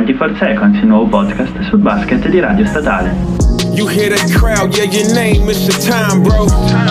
24 Seconds, il nuovo podcast sul basket di Radio Statale. You hear that crowd, yeah, your name is your time, bro.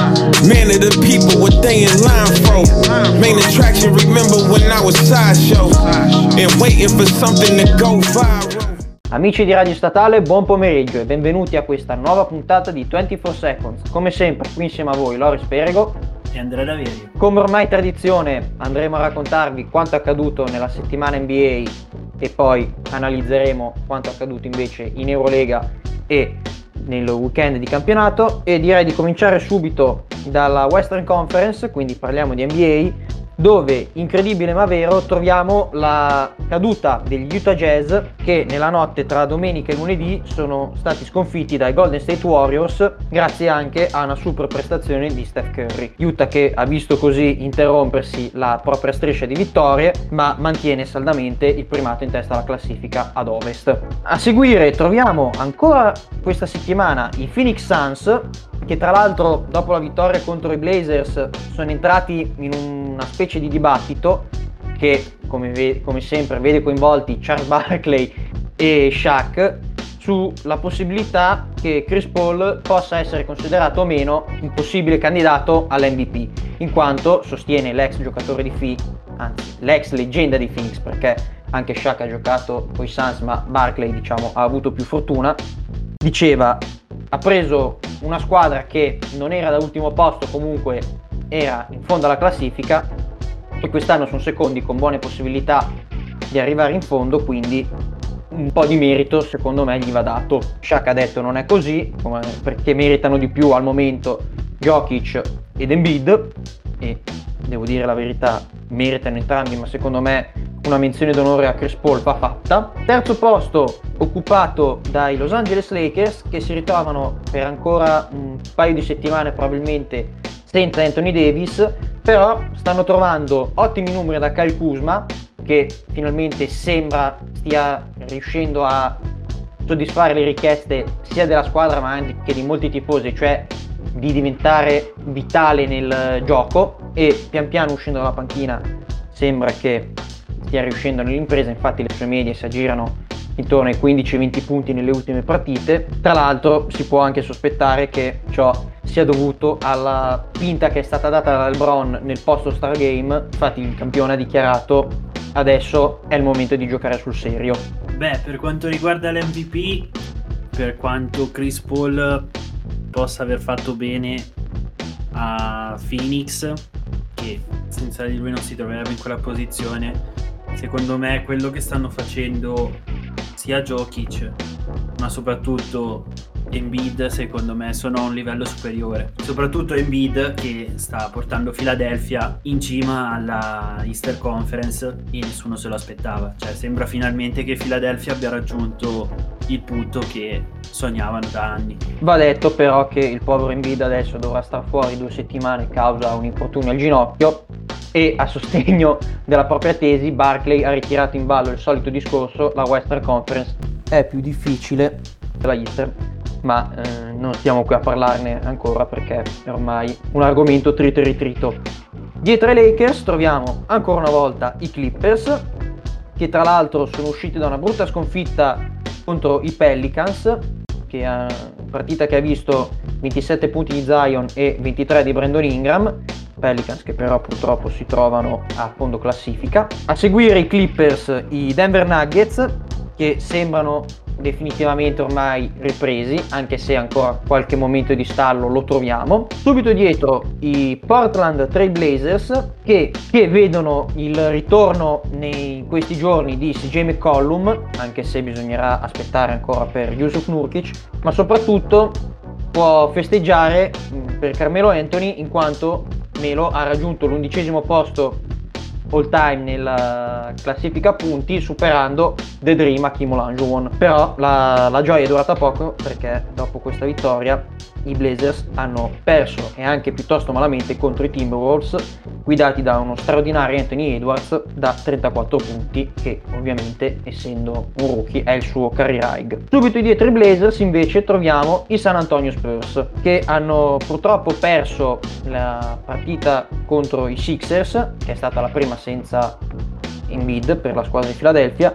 Man of the people, what they in line for. Main attraction, remember when I was sideshow and waiting for something to go viral. Amici di Radio Statale, buon pomeriggio e benvenuti a questa nuova puntata di 24 Seconds. Come sempre, qui insieme a voi Loris Perego e Andrea Daverio. Come ormai tradizione, andremo a raccontarvi quanto è accaduto nella settimana NBA e poi analizzeremo quanto è accaduto invece in Eurolega e nel weekend di campionato. E direi di cominciare subito dalla Western Conference, quindi parliamo di NBA, dove, incredibile ma vero, troviamo la caduta degli Utah Jazz, che nella notte tra domenica e lunedì sono stati sconfitti dai Golden State Warriors grazie anche a una super prestazione di Steph Curry. Utah che ha visto così interrompersi la propria striscia di vittorie, ma mantiene saldamente il primato in testa alla classifica ad ovest. A seguire troviamo ancora questa settimana i Phoenix Suns, che tra l'altro dopo la vittoria contro i Blazers sono entrati in una specie di dibattito che come sempre vede coinvolti Charles Barkley e Shaq sulla possibilità che Chris Paul possa essere considerato o meno un possibile candidato all'MVP, in quanto sostiene l'ex giocatore di anzi l'ex leggenda di Phoenix, perché anche Shaq ha giocato con i Suns ma Barkley diciamo ha avuto più fortuna. Diceva, ha preso una squadra che non era da ultimo posto, comunque era in fondo alla classifica, e quest'anno sono secondi con buone possibilità di arrivare in fondo, quindi un po' di merito secondo me gli va dato. Shaq ha detto non è così, perché meritano di più al momento Jokic ed Embiid, e devo dire la verità, meritano entrambi, ma secondo me una menzione d'onore a Chris Paul va fatta. Terzo posto occupato dai Los Angeles Lakers, che si ritrovano per ancora un paio di settimane probabilmente senza Anthony Davis, però stanno trovando ottimi numeri da Kyle Kuzma, che finalmente sembra stia riuscendo a soddisfare le richieste sia della squadra ma anche di molti tifosi, cioè di diventare vitale nel gioco, e pian piano uscendo dalla panchina sembra che stia riuscendo nell'impresa. Infatti le sue medie si aggirano intorno ai 15-20 punti nelle ultime partite. Tra l'altro si può anche sospettare che ciò sia dovuto alla spinta che è stata data da LeBron nel post All-Star Game. Infatti il campione ha dichiarato adesso è il momento di giocare sul serio. Beh, per quanto riguarda l'MVP, per quanto Chris Paul possa aver fatto bene a Phoenix, che senza di lui non si troverebbe in quella posizione, secondo me quello che stanno facendo sia Jokic ma soprattutto Embiid secondo me sono a un livello superiore, soprattutto Embiid che sta portando Philadelphia in cima alla Eastern Conference e nessuno se lo aspettava, cioè sembra finalmente che Philadelphia abbia raggiunto il punto che sognavano da anni. Va detto però che il povero Embiid adesso dovrà star fuori 2 settimane causa un infortunio al ginocchio, e a sostegno della propria tesi Barkley ha ritirato in ballo il solito discorso: la Western Conference è più difficile della Eastern, ma non stiamo qui a parlarne ancora perché è ormai un argomento trito e ritrito. Dietro ai Lakers troviamo ancora una volta i Clippers, che tra l'altro sono usciti da una brutta sconfitta contro i Pelicans, che è una partita che ha visto 27 punti di Zion e 23 di Brandon Ingram. Pelicans che però purtroppo si trovano a fondo classifica. A seguire i Clippers i Denver Nuggets, che sembrano definitivamente ormai ripresi, anche se ancora qualche momento di stallo lo troviamo. Subito dietro i Portland Trail Blazers, che vedono il ritorno in questi giorni di CJ McCollum, anche se bisognerà aspettare ancora per Jusuf Nurkic, ma soprattutto può festeggiare per Carmelo Anthony, in quanto Melo ha raggiunto l'11° posto all time nella classifica punti, superando The Dream Hakeem Olajuwon. Però la gioia è durata poco, perché dopo questa vittoria i Blazers hanno perso, e anche piuttosto malamente, contro i Timberwolves, guidati da uno straordinario Anthony Edwards da 34 punti, che ovviamente, essendo un rookie, è il suo career high. Subito dietro i Blazers invece troviamo i San Antonio Spurs, che hanno purtroppo perso la partita contro i Sixers, che è stata la prima senza Embiid per la squadra di Philadelphia,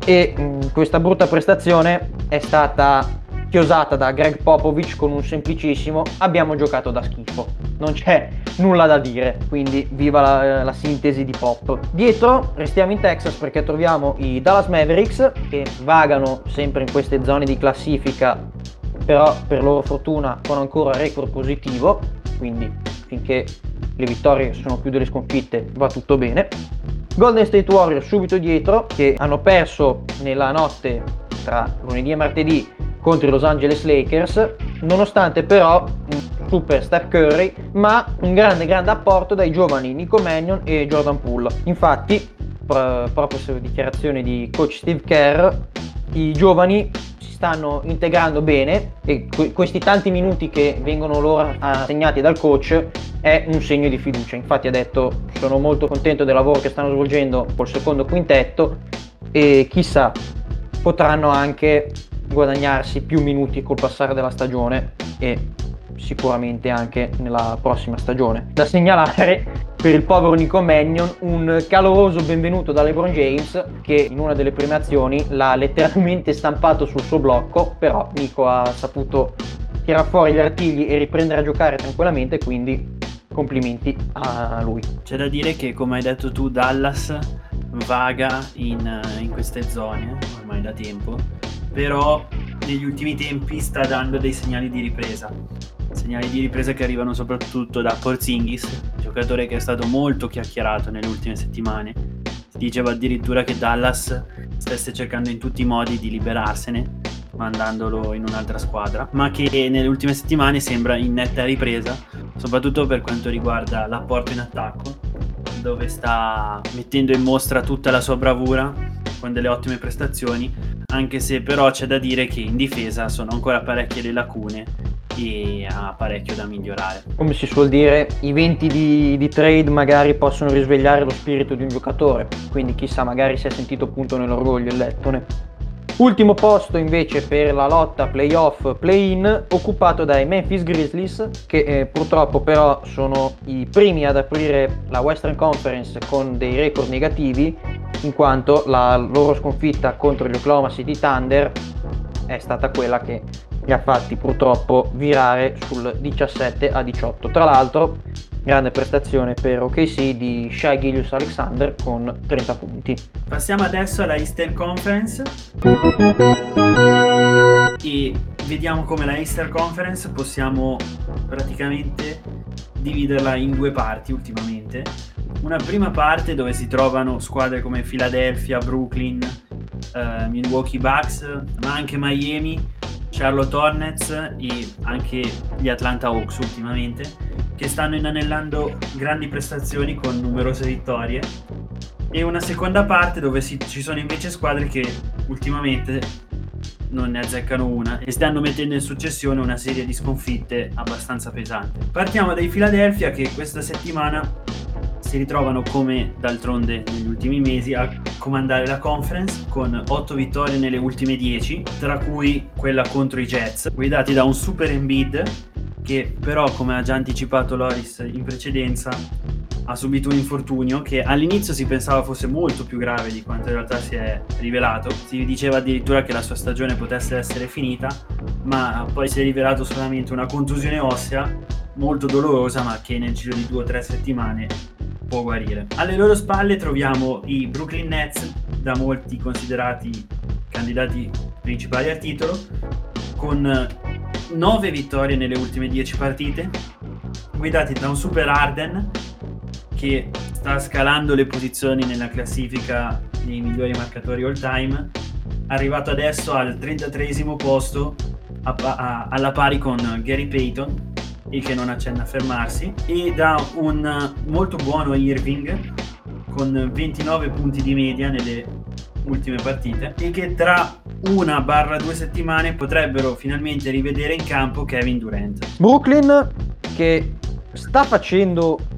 e questa brutta prestazione è stata chiosata da Greg Popovich con un semplicissimo "abbiamo giocato da schifo". Non c'è nulla da dire, quindi viva la sintesi di Pop. Dietro restiamo in Texas perché troviamo i Dallas Mavericks, che vagano sempre in queste zone di classifica, però per loro fortuna con ancora record positivo, quindi finché le vittorie sono più delle sconfitte va tutto bene. Golden State Warriors subito dietro, che hanno perso nella notte tra lunedì e martedì contro i Los Angeles Lakers, nonostante però un super Steph Curry, ma un grande apporto dai giovani Nico Mannion e Jordan Poole. Infatti, proprio su dichiarazione di coach Steve Kerr, i giovani si stanno integrando bene e questi tanti minuti che vengono loro assegnati dal coach è un segno di fiducia. Infatti ha detto: sono molto contento del lavoro che stanno svolgendo col secondo quintetto e chissà, potranno anche guadagnarsi più minuti col passare della stagione e sicuramente anche nella prossima stagione. Da segnalare per il povero Nico Mannion un caloroso benvenuto da LeBron James, che in una delle premiazioni l'ha letteralmente stampato sul suo blocco, però Nico ha saputo tirare fuori gli artigli e riprendere a giocare tranquillamente, quindi complimenti a lui. C'è da dire che, come hai detto tu, Dallas vaga in queste zone ormai da tempo, però negli ultimi tempi sta dando dei segnali di ripresa che arrivano soprattutto da Porzingis, giocatore che è stato molto chiacchierato nelle ultime settimane. Si diceva addirittura che Dallas stesse cercando in tutti i modi di liberarsene mandandolo in un'altra squadra, ma che nelle ultime settimane sembra in netta ripresa, soprattutto per quanto riguarda l'apporto in attacco, dove sta mettendo in mostra tutta la sua bravura con delle ottime prestazioni, anche se però c'è da dire che in difesa sono ancora parecchie le lacune e ha parecchio da migliorare. Come si suol dire, i venti di trade magari possono risvegliare lo spirito di un giocatore, quindi chissà, magari si è sentito appunto nell'orgoglio il lettone. Ultimo posto invece per la lotta playoff play-in, occupato dai Memphis Grizzlies, che purtroppo però sono i primi ad aprire la Western Conference con dei record negativi, in quanto la loro sconfitta contro gli Oklahoma City Thunder è stata quella che li ha fatti purtroppo virare sul 17-18. Tra l'altro, grande prestazione per OKC di Shai Gilgeous-Alexander con 30 punti. Passiamo adesso alla Eastern Conference e vediamo come la Eastern Conference possiamo praticamente dividerla in due parti ultimamente. Una prima parte dove si trovano squadre come Philadelphia, Brooklyn, Milwaukee Bucks, ma anche Miami, Charlotte Hornets e anche gli Atlanta Hawks ultimamente, che stanno inanellando grandi prestazioni con numerose vittorie, e una seconda parte dove ci sono invece squadre che ultimamente non ne azzeccano una e stanno mettendo in successione una serie di sconfitte abbastanza pesanti. Partiamo dai Philadelphia, che questa settimana si ritrovano, come d'altronde negli ultimi mesi, a comandare la conference con 8 vittorie nelle ultime 10, tra cui quella contro i Jets, guidati da un super Embiid che però, come ha già anticipato Loris in precedenza, ha subito un infortunio che all'inizio si pensava fosse molto più grave di quanto in realtà si è rivelato. Si diceva addirittura che la sua stagione potesse essere finita, ma poi si è rivelato solamente una contusione ossea molto dolorosa, ma che nel giro di 2 o 3 settimane può guarire. Alle loro spalle troviamo i Brooklyn Nets, da molti considerati candidati principali al titolo, con 9 vittorie nelle ultime 10 partite, guidati da un super Harden che sta scalando le posizioni nella classifica dei migliori marcatori all time, arrivato adesso al 33esimo posto alla pari con Gary Payton, il che non accenna a fermarsi, e da un molto buono Irving con 29 punti di media nelle ultime partite, e che tra 1-2 settimane potrebbero finalmente rivedere in campo Kevin Durant. Brooklyn, che sta facendo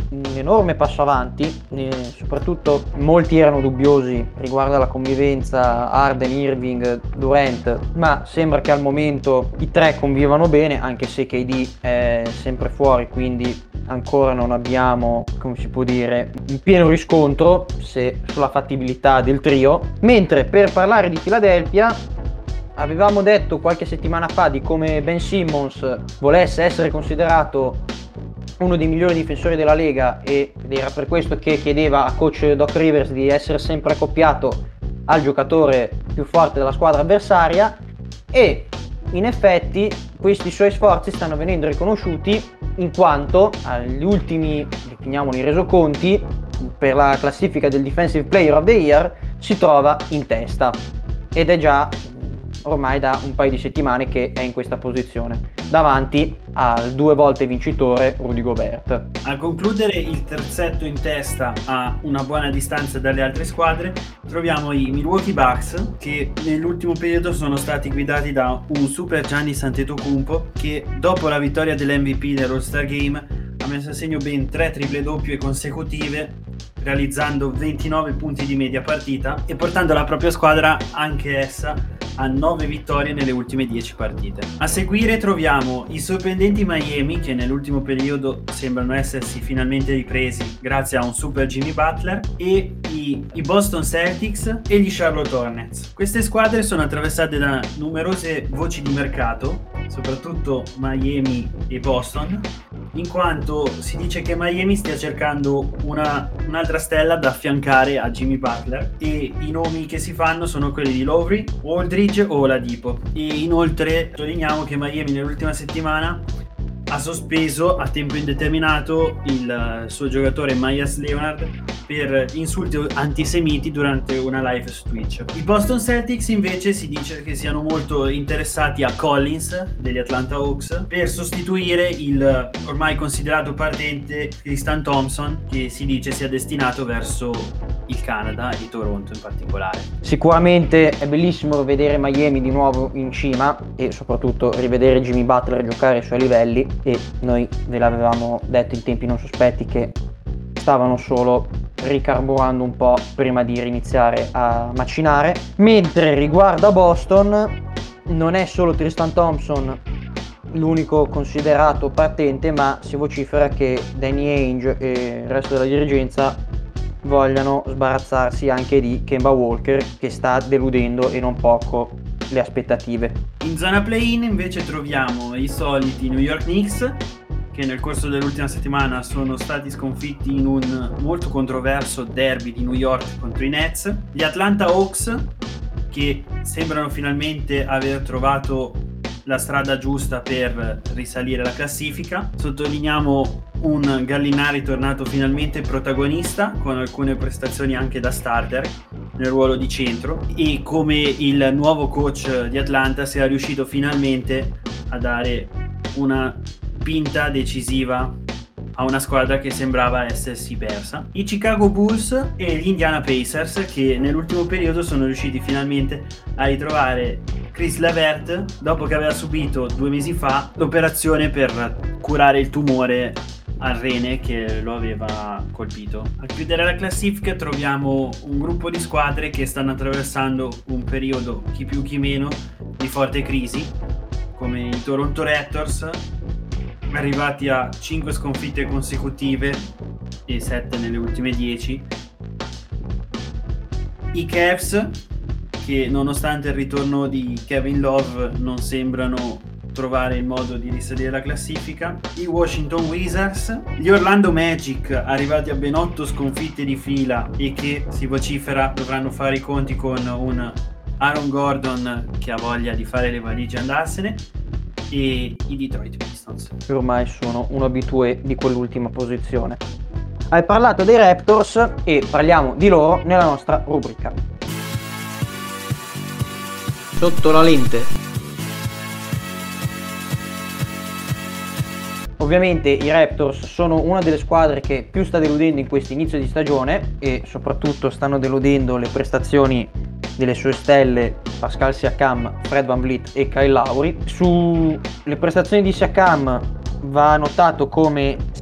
un enorme passo avanti, soprattutto molti erano dubbiosi riguardo alla convivenza Harden, Irving, Durant, ma sembra che al momento i tre convivano bene, anche se KD è sempre fuori, quindi ancora non abbiamo, come si può dire, un pieno riscontro sulla fattibilità del trio. Mentre per parlare di Philadelphia, avevamo detto qualche settimana fa di come Ben Simmons volesse essere considerato uno dei migliori difensori della Lega, ed era per questo che chiedeva a coach Doc Rivers di essere sempre accoppiato al giocatore più forte della squadra avversaria, e in effetti questi suoi sforzi stanno venendo riconosciuti, in quanto agli ultimi, definiamoli, resoconti per la classifica del Defensive Player of the Year si trova in testa, ed è già ormai da un paio di settimane che è in questa posizione, davanti al 2 volte vincitore Rudy Gobert. A concludere il terzetto in testa, a una buona distanza dalle altre squadre, troviamo i Milwaukee Bucks, che nell'ultimo periodo sono stati guidati da un super Giannis Antetokounmpo, che dopo la vittoria dell'MVP dell'All-Star Game ha messo a segno ben 3 triple doppie consecutive, realizzando 29 punti di media partita e portando la propria squadra, anche essa, a 9 vittorie nelle ultime 10 partite. A seguire troviamo i sorprendenti Miami, che nell'ultimo periodo sembrano essersi finalmente ripresi grazie a un super Jimmy Butler, e i Boston Celtics e gli Charlotte Hornets. Queste squadre sono attraversate da numerose voci di mercato, soprattutto Miami e Boston, in quanto si dice che Miami stia cercando un'altra stella da affiancare a Jimmy Butler, e i nomi che si fanno sono quelli di Lowry, Aldridge o Oladipo. E inoltre sottolineiamo che Miami nell'ultima settimana ha sospeso a tempo indeterminato il suo giocatore Myles Leonard per insulti antisemiti durante una live su Twitch. I Boston Celtics invece si dice che siano molto interessati a Collins degli Atlanta Hawks per sostituire il ormai considerato partente Tristan Thompson, che si dice sia destinato verso il Canada e Toronto in particolare. Sicuramente è bellissimo vedere Miami di nuovo in cima e soprattutto rivedere Jimmy Butler giocare ai suoi livelli, e noi ve l'avevamo detto in tempi non sospetti che stavano solo ricarburando un po' prima di riniziare a macinare. Mentre riguarda Boston, non è solo Tristan Thompson l'unico considerato partente, ma si vocifera che Danny Ainge e il resto della dirigenza vogliano sbarazzarsi anche di Kemba Walker, che sta deludendo e non poco le aspettative. In zona play-in invece troviamo i soliti New York Knicks, che nel corso dell'ultima settimana sono stati sconfitti in un molto controverso derby di New York contro i Nets, gli Atlanta Hawks, che sembrano finalmente aver trovato la strada giusta per risalire la classifica. Sottolineiamo un Gallinari tornato finalmente protagonista, con alcune prestazioni anche da starter nel ruolo di centro, e come il nuovo coach di Atlanta sia riuscito finalmente a dare una spinta decisiva a una squadra che sembrava essersi persa. I Chicago Bulls e gli Indiana Pacers, che nell'ultimo periodo sono riusciti finalmente a ritrovare Chris LeVert dopo che aveva subito 2 mesi fa l'operazione per curare il tumore al rene che lo aveva colpito. A chiudere la classifica troviamo un gruppo di squadre che stanno attraversando un periodo, chi più chi meno, di forte crisi, come i Toronto Raptors, arrivati a 5 sconfitte consecutive e 7 nelle ultime 10, i Cavs, che nonostante il ritorno di Kevin Love non sembrano trovare il modo di risalire la classifica, i Washington Wizards, gli Orlando Magic, arrivati a ben 8 sconfitte di fila e che si vocifera dovranno fare i conti con un Aaron Gordon che ha voglia di fare le valigie e andarsene, e i Detroit Pistons, che ormai sono un abitué di quell'ultima posizione. Hai parlato dei Raptors e parliamo di loro nella nostra rubrica Sotto la lente. Ovviamente i Raptors sono una delle squadre che più sta deludendo in questo inizio di stagione, e soprattutto stanno deludendo le prestazioni delle sue stelle Pascal Siakam, Fred VanVleet e Kyle Lowry. Sulle prestazioni di Siakam va notato come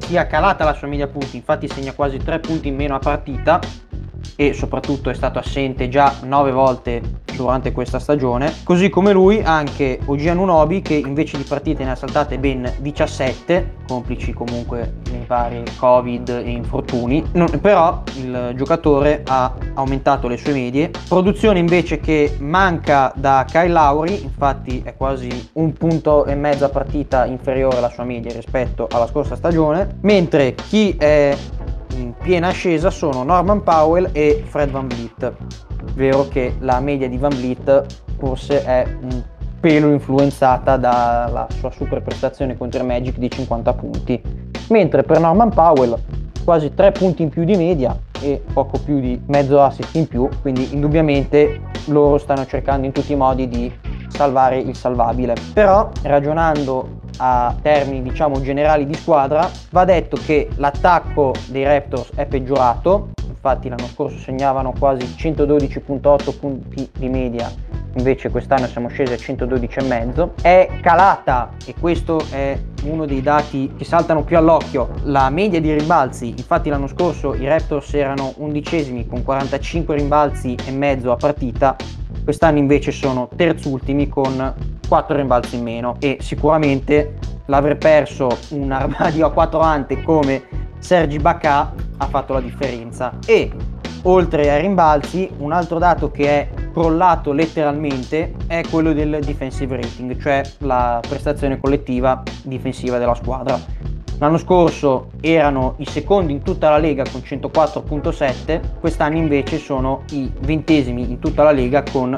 sia calata la sua media punti, infatti segna quasi 3 punti in meno a partita e soprattutto è stato assente già 9 volte durante questa stagione. Così come lui anche OG Anunoby, che invece di partite ne ha saltate ben 17, complici comunque nei vari Covid e infortuni. Però il giocatore ha aumentato le sue medie. Produzione invece che manca da Kyle Lowry, infatti è quasi 1,5 punti a partita inferiore alla sua media rispetto alla scorsa stagione, mentre chi è in piena ascesa sono Norman Powell e Fred VanVleet. Vero che la media di VanVleet forse è un pelo influenzata dalla sua super prestazione contro i Magic di 50 punti, mentre per Norman Powell quasi 3 punti in più di media e poco più di mezzo assist in più, quindi indubbiamente loro stanno cercando in tutti i modi di salvare il salvabile. Però ragionando a termini diciamo generali di squadra, va detto che l'attacco dei Raptors è peggiorato. Infatti l'anno scorso segnavano quasi 112,8 punti di media, invece quest'anno siamo scesi a 112,5. È calata, e questo è uno dei dati che saltano più all'occhio, la media di rimbalzi. Infatti l'anno scorso i Raptors erano 11esimi con 45 rimbalzi e mezzo a partita, quest'anno invece sono terzultimi con 4 rimbalzi in meno, e sicuramente l'aver perso un armadio a 4 ante come Serge Ibaka ha fatto la differenza. E oltre ai rimbalzi, un altro dato che è crollato letteralmente è quello del defensive rating, cioè la prestazione collettiva difensiva della squadra. L'anno scorso erano i secondi in tutta la Lega con 104,7, quest'anno invece sono i 20esimi in tutta la Lega con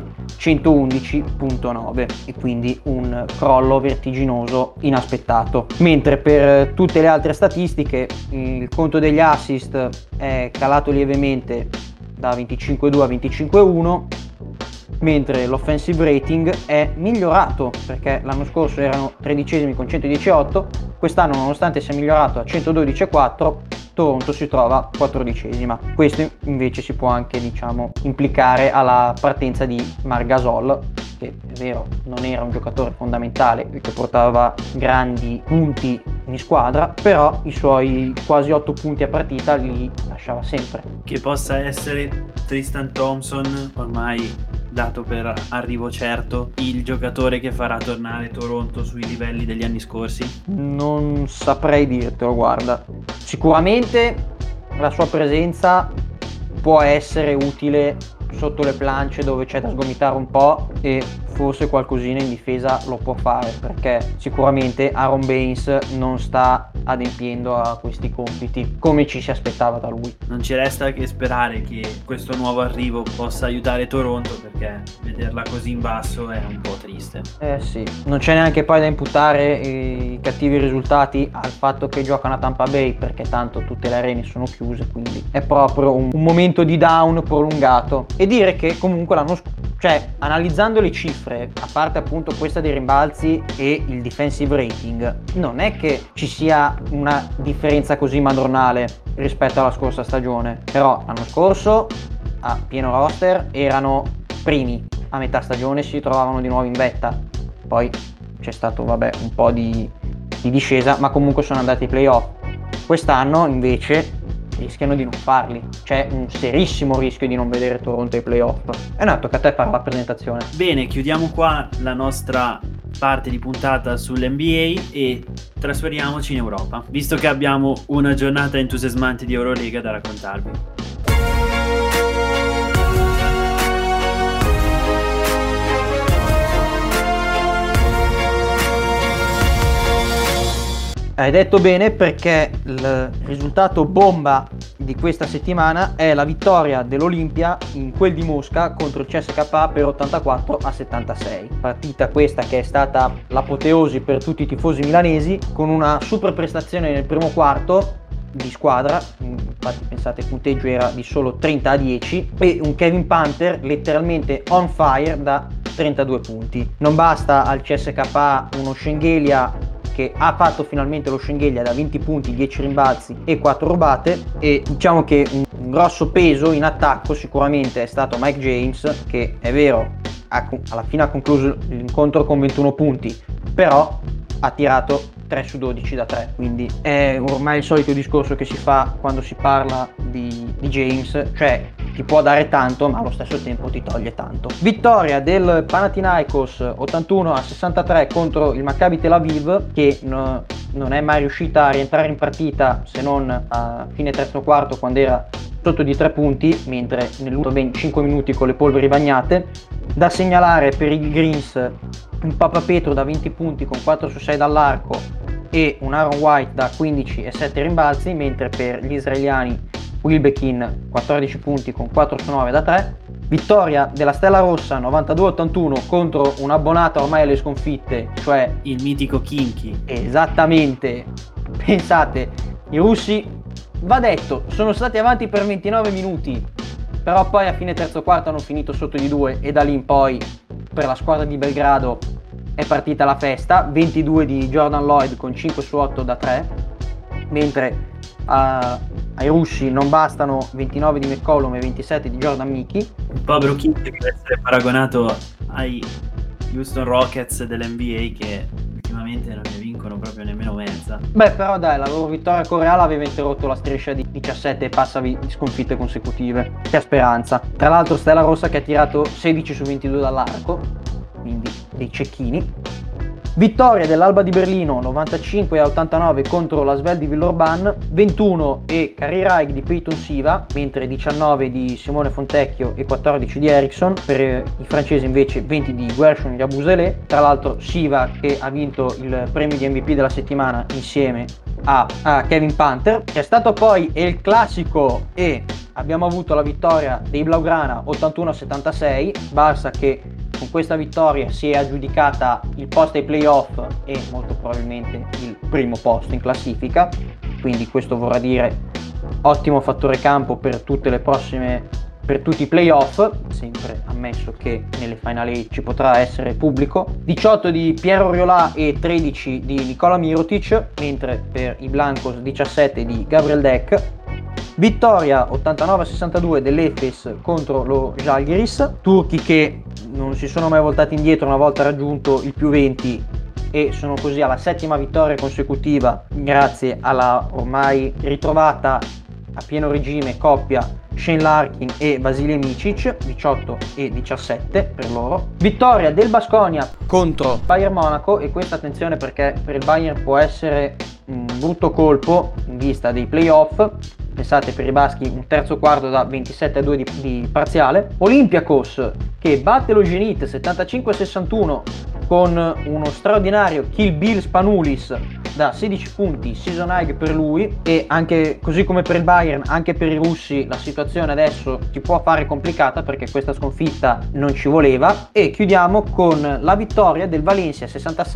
111,9, e quindi un crollo vertiginoso inaspettato. Mentre per tutte le altre statistiche il conto degli assist è calato lievemente da 25,2 a 25,1, mentre l'offensive rating è migliorato, perché l'anno scorso erano 13esimi con 110,8, quest'anno nonostante sia migliorato a 112,4, Toronto si trova 14esima. Questo invece si può anche diciamo implicare alla partenza di Marc Gasol, che è vero non era un giocatore fondamentale che portava grandi punti in squadra, però i suoi quasi 8 punti a partita li lasciava sempre. Che possa essere Tristan Thompson ormai dato per arrivo certo il giocatore che farà tornare Toronto sui livelli degli anni scorsi? Non saprei dirtelo, guarda. Sicuramente la sua presenza può essere utile sotto le planche dove c'è da sgomitare un po', e forse qualcosina in difesa lo può fare, perché sicuramente Aaron Baines non sta adempiendo a questi compiti come ci si aspettava da lui. Non ci resta che sperare che questo nuovo arrivo possa aiutare Toronto, perché vederla così in basso è un po' triste. Sì, non c'è neanche poi da imputare i cattivi risultati al fatto che giocano a Tampa Bay, perché tanto tutte le arene sono chiuse, quindi è proprio un momento di down prolungato. E dire che comunque l'anno scorso, cioè analizzando le cifre, a parte appunto questa dei rimbalzi e il defensive rating, non è che ci sia una differenza così madornale rispetto alla scorsa stagione. Però l'anno scorso a pieno roster erano primi, a metà stagione si trovavano di nuovo in vetta, poi c'è stato un po' di discesa, ma comunque sono andati ai playoff. Quest'anno invece rischiano di non farli, c'è un serissimo rischio di non vedere Toronto ai playoff. È un atto che a te farà la presentazione. Bene, chiudiamo qua la nostra parte di puntata sull'NBA e trasferiamoci in Europa, visto che abbiamo una giornata entusiasmante di Eurolega da raccontarvi. Hai detto bene, perché il risultato bomba di questa settimana è la vittoria dell'Olimpia in quel di Mosca contro il CSKA per 84-76. Partita questa che è stata l'apoteosi per tutti i tifosi milanesi, con una super prestazione nel primo quarto di squadra. Infatti pensate il punteggio era di solo 30-10 e un Kevin Panther letteralmente on fire da 32 punti. Non basta al CSKA uno Schengelia che ha fatto finalmente lo Schengelia da 20 punti, 10 rimbalzi e 4 rubate, e diciamo che un grosso peso in attacco sicuramente è stato Mike James, che è vero alla fine ha concluso l'incontro con 21 punti, però ha tirato 3 su 12 da 3, quindi è ormai il solito discorso che si fa quando si parla di James, cioè ti può dare tanto ma allo stesso tempo ti toglie tanto. Vittoria del Panathinaikos 81-63 contro il Maccabi Tel Aviv, che non è mai riuscita a rientrare in partita se non a fine terzo quarto, quando era sotto di 3 punti, mentre nell'ultimo ben 5 minuti con le polveri bagnate. Da segnalare per i Greens un Papapetro da 20 punti con 4 su 6 dall'arco e un Aaron White da 15 e 7 rimbalzi, mentre per gli israeliani Wilbekin 14 punti con 4 su 9 da 3. Vittoria della Stella Rossa 92-81 contro un'abbonata ormai alle sconfitte, cioè il mitico Khimki. Esattamente, pensate, i russi, va detto, sono stati avanti per 29 minuti, però poi a fine terzo quarto hanno finito sotto di 2 e da lì in poi per la squadra di Belgrado è partita la festa. 22 di Jordan Lloyd con 5 su 8 da 3, mentre ai russi non bastano 29 di McCollum e 27 di Jordan Mickey. Il povero Khimki deve essere paragonato ai Houston Rockets dell'NBA, che ultimamente non ne vincono proprio nemmeno mezza. Beh, però dai, la loro vittoria con Real aveva interrotto la striscia di 17 e passa di sconfitte consecutive. Che speranza. Tra l'altro Stella Rossa che ha tirato 16 su 22 dall'arco, quindi dei cecchini. Vittoria dell'Alba di Berlino 95-89 contro la Svel di Villeurbanne, 21 e Carrier High di Peyton Siva, mentre 19 di Simone Fontecchio e 14 di Eriksson. Per i francesi invece 20 di Guershon Yabusele. Tra l'altro Siva che ha vinto il premio di MVP della settimana insieme a Kevin Panther. C'è stato poi il classico e abbiamo avuto la vittoria dei Blaugrana 81-76, Barça che con questa vittoria si è aggiudicata il posto ai playoff e molto probabilmente il primo posto in classifica, quindi questo vorrà dire ottimo fattore campo per tutte le prossime, per tutti i playoff, sempre ammesso che nelle Final 8 ci potrà essere pubblico. 18 di Piero Oriolà e 13 di Nikola Mirotic, mentre per i Blancos 17 di Gabriel Deck. Vittoria 89-62 dell'Efes contro lo Žalgiris, turchi che non si sono mai voltati indietro una volta raggiunto il più 20 e sono così alla 7ª vittoria consecutiva grazie alla ormai ritrovata a pieno regime coppia Shane Larkin e Vasilij Micic, 18 e 17 per loro. Vittoria del Baskonia contro Bayern Monaco, e questa attenzione perché per il Bayern può essere un brutto colpo in vista dei playoff. Pensate, per i baschi un terzo quarto da 27-2 di parziale. Olympiakos che batte lo Zenit 75-61 con uno straordinario Kill Bill Spanulis da 16 punti, season high per lui, e anche così come per il Bayern, anche per i russi la situazione adesso si può fare complicata perché questa sconfitta non ci voleva. E chiudiamo con la vittoria del Valencia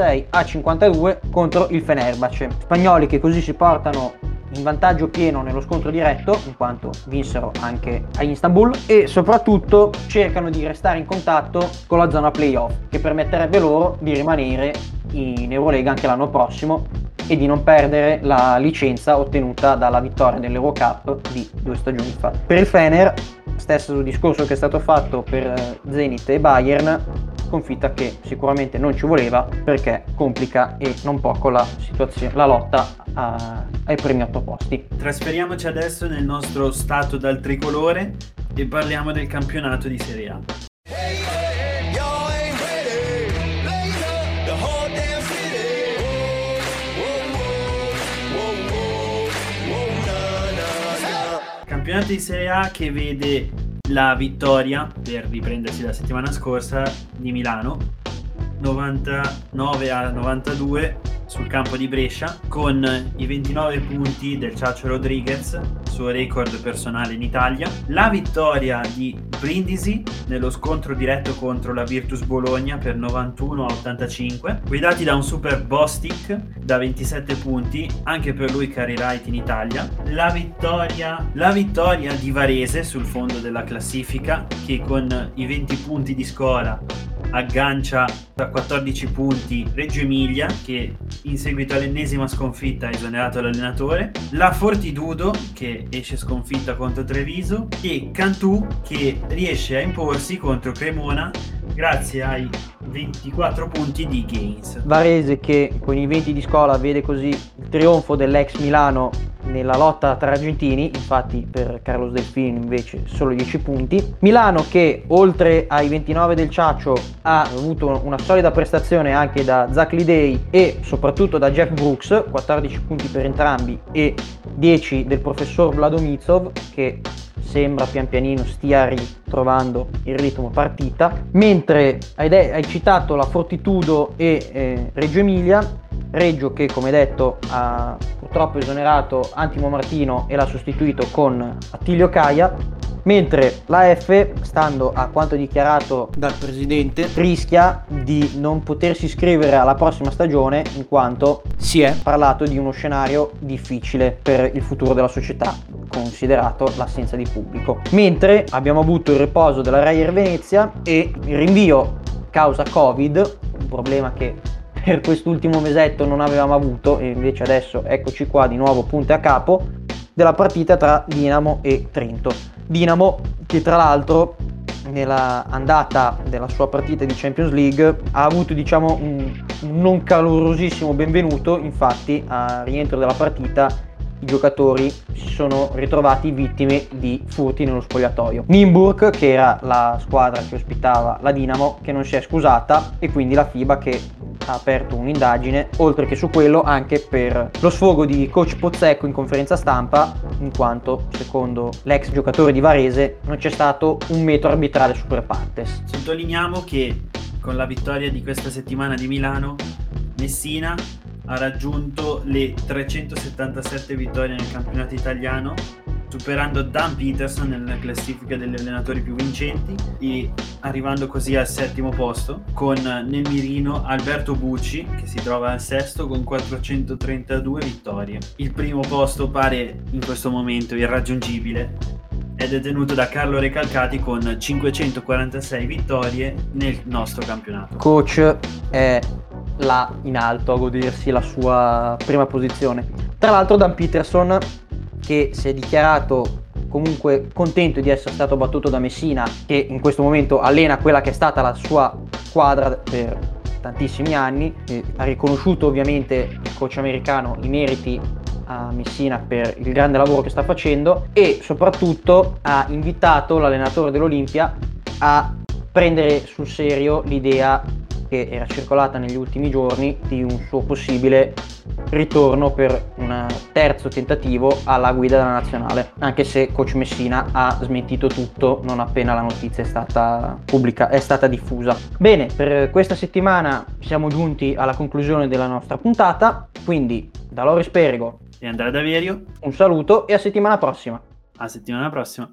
66-52 contro il Fenerbahce. Spagnoli che così si portano in vantaggio pieno nello scontro diretto, in quanto vinsero anche a Istanbul, e soprattutto cercano di restare in contatto con la zona playoff, che permetterebbe loro di rimanere in Eurolega anche l'anno prossimo e di non perdere la licenza ottenuta dalla vittoria dell'Eurocup di 2 stagioni fa. Per il Fener, stesso discorso che è stato fatto per Zenit e Bayern, sconfitta che sicuramente non ci voleva perché complica e non poco la situazione, la lotta ai primi 8 posti. Trasferiamoci adesso nel nostro stato dal tricolore e parliamo del campionato di Serie A. Campionato di Serie A che vede la vittoria, per riprendersi la settimana scorsa, di Milano 99-92 sul campo di Brescia, con i 29 punti del Chacho Rodriguez, suo record personale in Italia. La vittoria di Brindisi nello scontro diretto contro la Virtus Bologna per 91-85, guidati da un super Bostic da 27 punti, anche per lui career high in Italia. La vittoria di Varese sul fondo della classifica, che con i 20 punti di Scora aggancia a 14 punti Reggio Emilia, che in seguito all'ennesima sconfitta ha esonerato l'allenatore. La Fortitudo che esce sconfitta contro Treviso, e Cantù che riesce a imporsi contro Cremona grazie ai 24 punti di gains. Varese che con i 20 di Scola vede così il trionfo dell'ex Milano nella lotta tra argentini, infatti per Carlos Delfino invece solo 10 punti. Milano che oltre ai 29 del Ciaccio ha avuto una solida prestazione anche da Zach Lidei e soprattutto da Jeff Brooks, 14 punti per entrambi e 10 del professor Vladomitsov che sembra pian pianino stia ritrovando il ritmo partita. Mentre hai citato la Fortitudo e Reggio Emilia, Reggio che come detto ha purtroppo esonerato Antimo Martino e l'ha sostituito con Attilio Caia, mentre la F, stando a quanto dichiarato dal presidente, rischia di non potersi iscrivere alla prossima stagione in quanto si è parlato di uno scenario difficile per il futuro della società, considerato l'assenza di pubblico. Mentre abbiamo avuto il riposo della Reyer Venezia e il rinvio causa Covid, un problema che per quest'ultimo mesetto non avevamo avuto e invece adesso eccoci qua di nuovo punte a capo della partita tra Dinamo e Trento. Dinamo che tra l'altro nella andata della sua partita di Champions League ha avuto diciamo un non calorosissimo benvenuto, infatti al rientro della partita i giocatori si sono ritrovati vittime di furti nello spogliatoio. Nimburg, che era la squadra che ospitava la Dinamo, che non si è scusata e quindi la FIBA che ha aperto un'indagine, oltre che su quello anche per lo sfogo di coach Pozzecco in conferenza stampa, in quanto secondo l'ex giocatore di Varese non c'è stato un metro arbitrale super partes. Sottolineiamo che con la vittoria di questa settimana di Milano, Messina ha raggiunto le 377 vittorie nel campionato italiano, superando Dan Peterson nella classifica degli allenatori più vincenti e arrivando così al 7° posto, con nel mirino Alberto Bucci che si trova al 6° con 432 vittorie. Il primo posto pare in questo momento irraggiungibile è detenuto da Carlo Recalcati con 546 vittorie nel nostro campionato. Coach è là in alto a godersi la sua prima posizione. Tra l'altro Dan Peterson, che si è dichiarato comunque contento di essere stato battuto da Messina, che in questo momento allena quella che è stata la sua squadra per tantissimi anni, e ha riconosciuto ovviamente il coach americano i meriti a Messina per il grande lavoro che sta facendo e soprattutto ha invitato l'allenatore dell'Olimpia a prendere sul serio l'idea che era circolata negli ultimi giorni di un suo possibile ritorno per un terzo tentativo alla guida della nazionale, anche se coach Messina ha smentito tutto non appena la notizia è stata diffusa. Bene, per questa settimana siamo giunti alla conclusione della nostra puntata, quindi da Loris Perigo e Andrea Daverio un saluto e a settimana prossima. A settimana prossima.